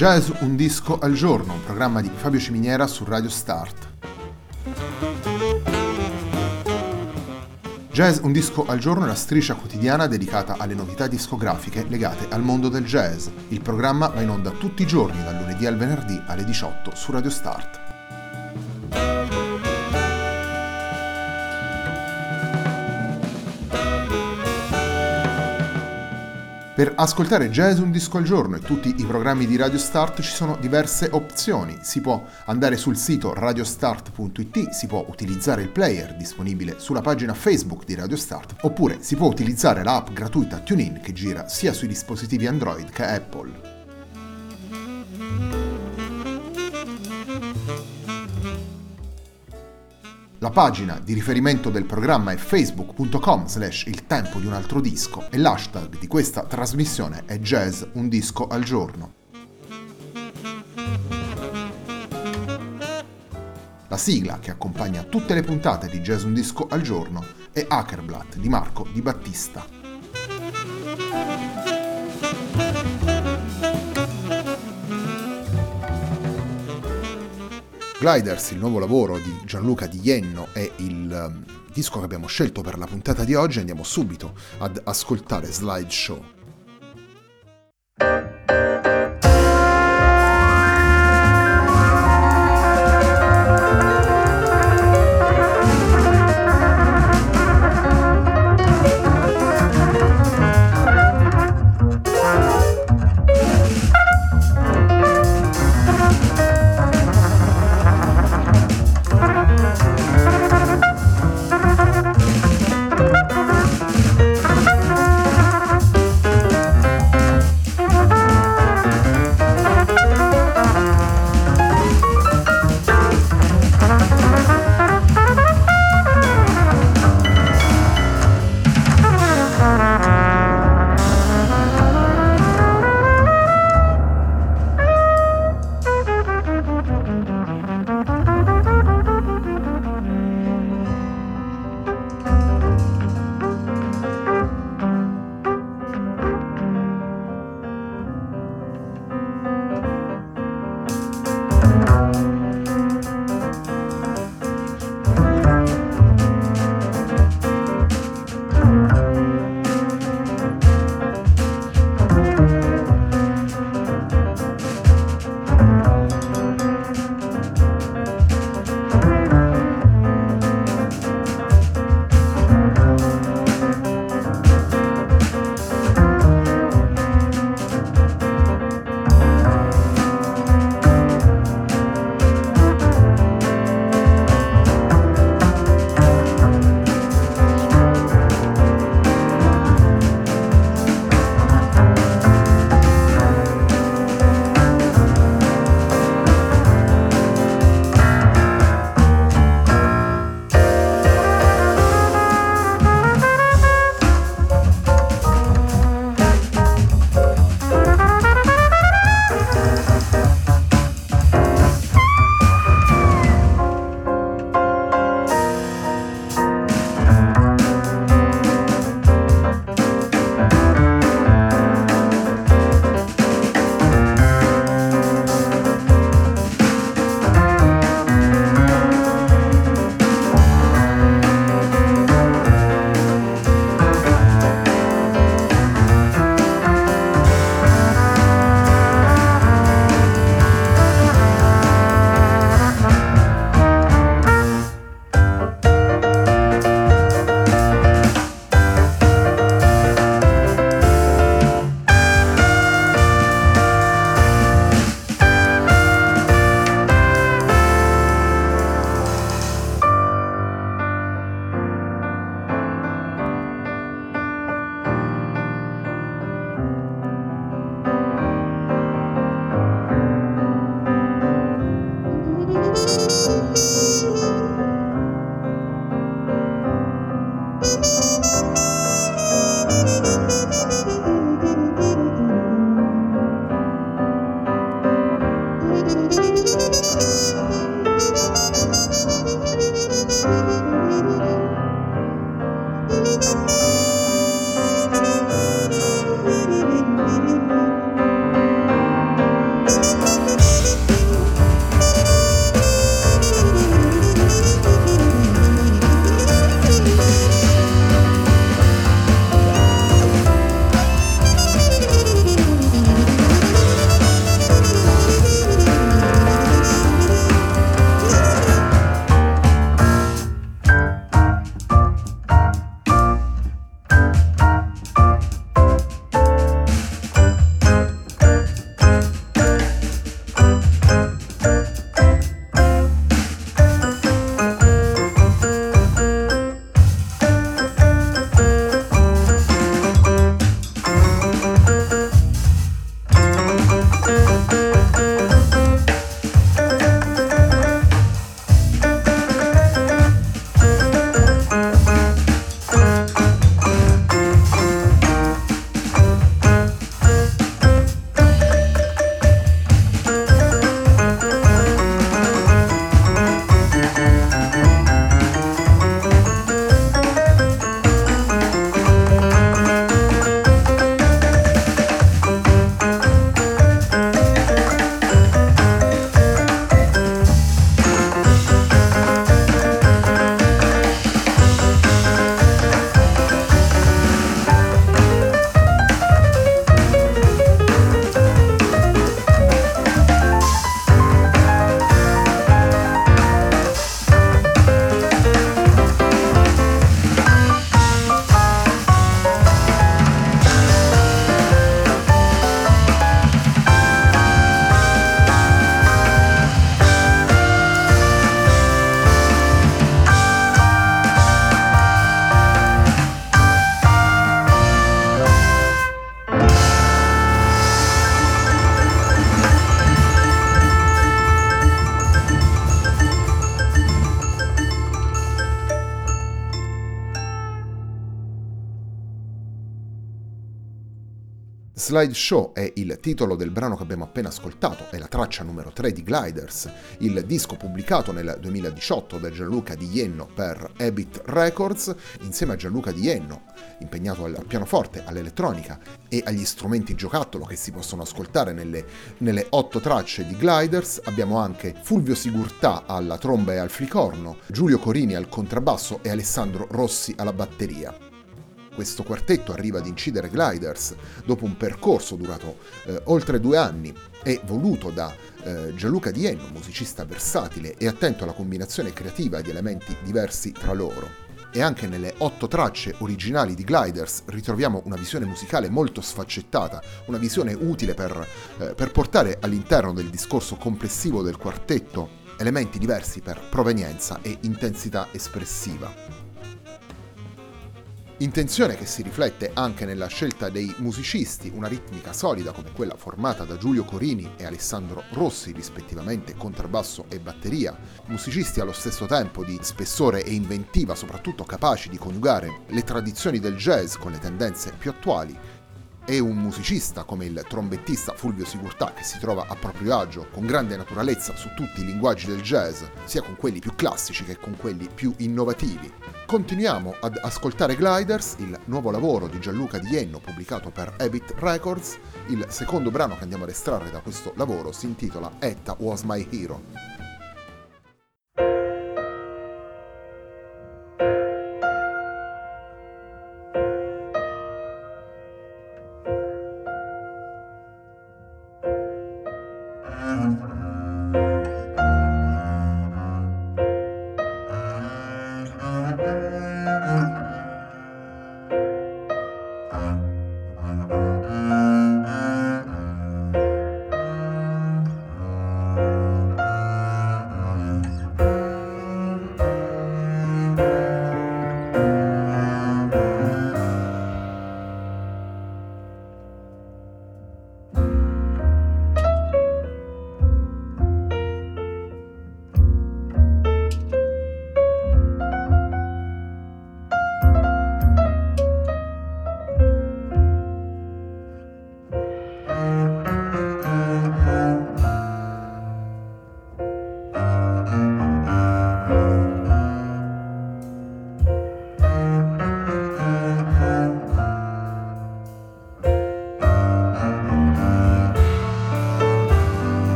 Jazz un disco al giorno, un programma di Fabio Ciminiera su Radio Start. Jazz un disco al giorno è la striscia quotidiana dedicata alle novità discografiche legate al mondo del jazz. Il programma va in onda tutti i giorni, dal lunedì al venerdì alle 18 su Radio Start. Per ascoltare Jazz un disco al giorno e tutti i programmi di Radio Start ci sono diverse opzioni. Si può andare sul sito radiostart.it, si può utilizzare il player disponibile sulla pagina Facebook di Radio Start, oppure si può utilizzare l'app gratuita TuneIn che gira sia sui dispositivi Android che Apple. La pagina di riferimento del programma è facebook.com/il tempo di un altro disco e l'hashtag di questa trasmissione è Jazz un disco al giorno. La sigla che accompagna tutte le puntate di Jazz un disco al giorno è Hackerblatt di Marco Di Battista. Gliders, il nuovo lavoro di Gianluca Di Jenno, è il disco che abbiamo scelto per la puntata di oggi. Andiamo subito ad ascoltare Slideshow. Slideshow è il titolo del brano che abbiamo appena ascoltato, è la traccia numero 3 di Gliders, il disco pubblicato nel 2018 da Gianluca Di Jenno per Habit Records, insieme a Gianluca Di Jenno, impegnato al pianoforte, all'elettronica e agli strumenti giocattolo che si possono ascoltare nelle 8 tracce di Gliders. Abbiamo anche Fulvio Sigurtà alla tromba e al flicorno, Giulio Corini al contrabbasso e Alessandro Rossi alla batteria. Questo quartetto arriva ad incidere Gliders dopo un percorso durato oltre 2 anni e voluto da Gianluca Di Jenno, musicista versatile e attento alla combinazione creativa di elementi diversi tra loro. E anche nelle 8 tracce originali di Gliders ritroviamo una visione musicale molto sfaccettata, una visione utile per portare all'interno del discorso complessivo del quartetto elementi diversi per provenienza e intensità espressiva. Intenzione che si riflette anche nella scelta dei musicisti, una ritmica solida come quella formata da Giulio Corini e Alessandro Rossi, rispettivamente contrabbasso e batteria, musicisti allo stesso tempo di spessore e inventiva, soprattutto capaci di coniugare le tradizioni del jazz con le tendenze più attuali, e un musicista come il trombettista Fulvio Sigurtà che si trova a proprio agio con grande naturalezza su tutti i linguaggi del jazz, sia con quelli più classici che con quelli più innovativi. Continuiamo ad ascoltare Gliders, il nuovo lavoro di Gianluca Di Jenno pubblicato per Habit Records. Il secondo brano che andiamo ad estrarre da questo lavoro si intitola Etta Was My Hero.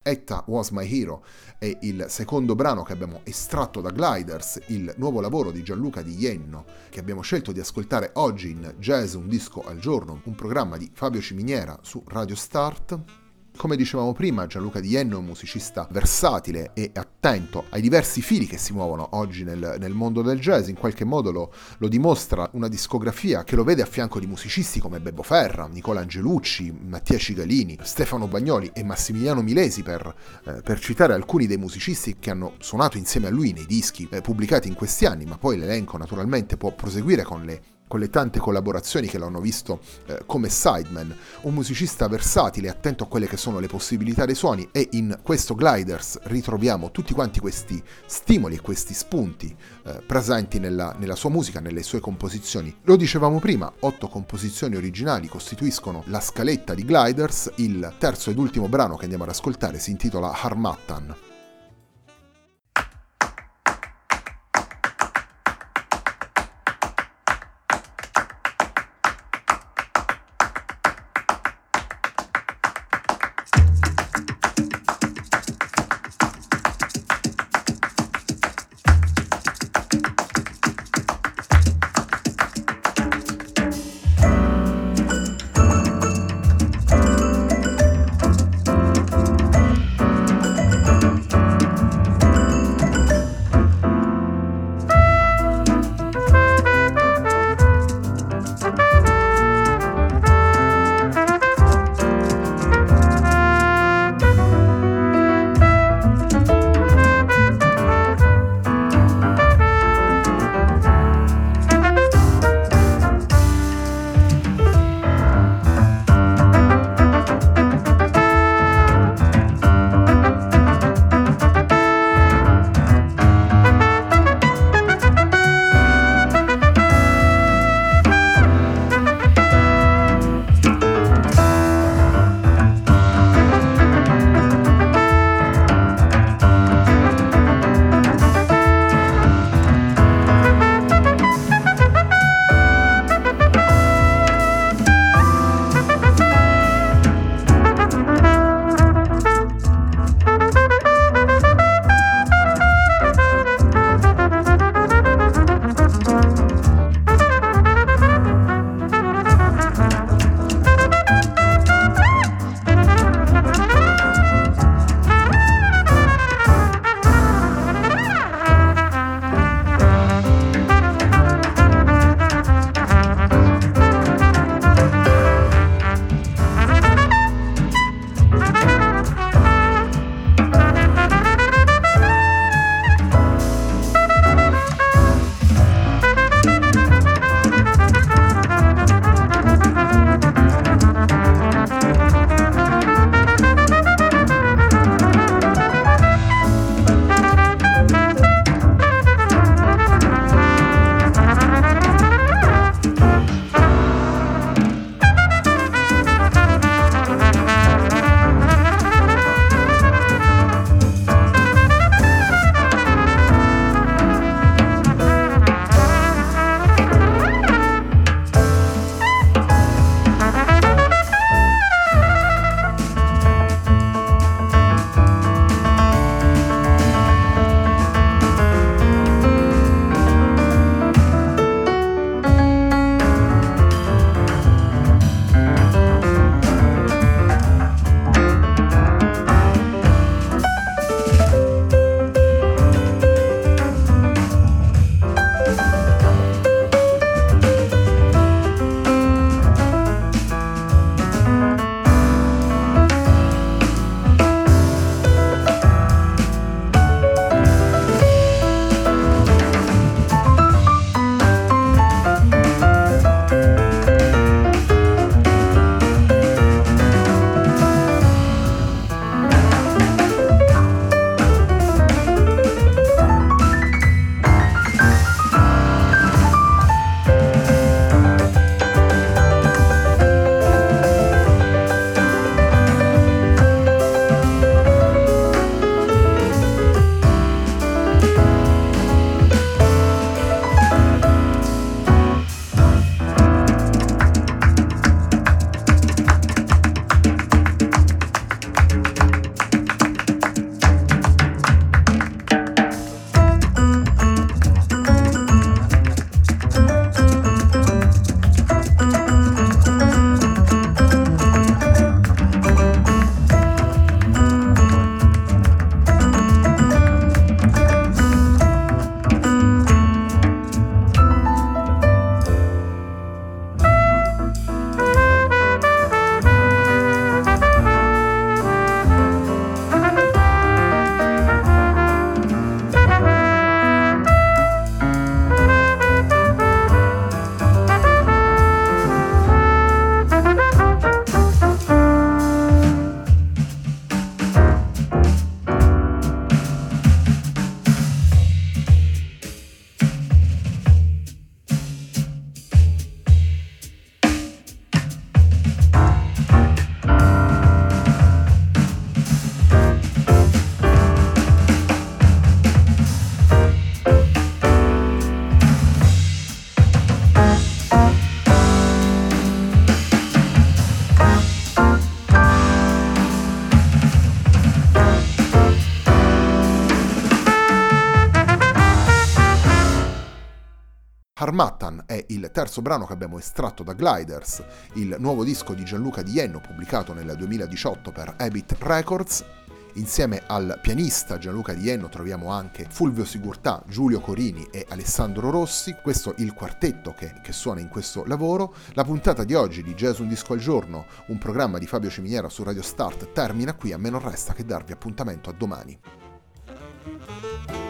Etta Was My Hero è il secondo brano che abbiamo estratto da Gliders, il nuovo lavoro di Gianluca Di Jenno, che abbiamo scelto di ascoltare oggi in Jazz Un Disco al Giorno, un programma di Fabio Ciminiera su Radio Start. Come dicevamo prima, Gianluca Di Jenno è un musicista versatile e attento ai diversi fili che si muovono oggi nel mondo del jazz. In qualche modo lo dimostra una discografia che lo vede a fianco di musicisti come Bebbo Ferra, Nicola Angelucci, Mattia Cigalini, Stefano Bagnoli e Massimiliano Milesi, per citare alcuni dei musicisti che hanno suonato insieme a lui nei dischi pubblicati in questi anni, ma poi l'elenco naturalmente può proseguire con le tante collaborazioni che l'hanno visto come sideman. Un musicista versatile, attento a quelle che sono le possibilità dei suoni, e in questo Gliders ritroviamo tutti quanti questi stimoli e questi spunti presenti nella sua musica, nelle sue composizioni. Lo dicevamo prima, 8 composizioni originali costituiscono la scaletta di Gliders. Il terzo ed ultimo brano che andiamo ad ascoltare si intitola Harmattan. Harmattan è il terzo brano che abbiamo estratto da Gliders, il nuovo disco di Gianluca Di Jenno pubblicato nel 2018 per Habit Records. Insieme al pianista Gianluca Di Jenno troviamo anche Fulvio Sigurtà, Giulio Corini e Alessandro Rossi, questo il quartetto che suona in questo lavoro. La puntata di oggi di Jazz Un Disco al Giorno, un programma di Fabio Ciminiera su Radio Start, termina qui, a me non resta che darvi appuntamento a domani.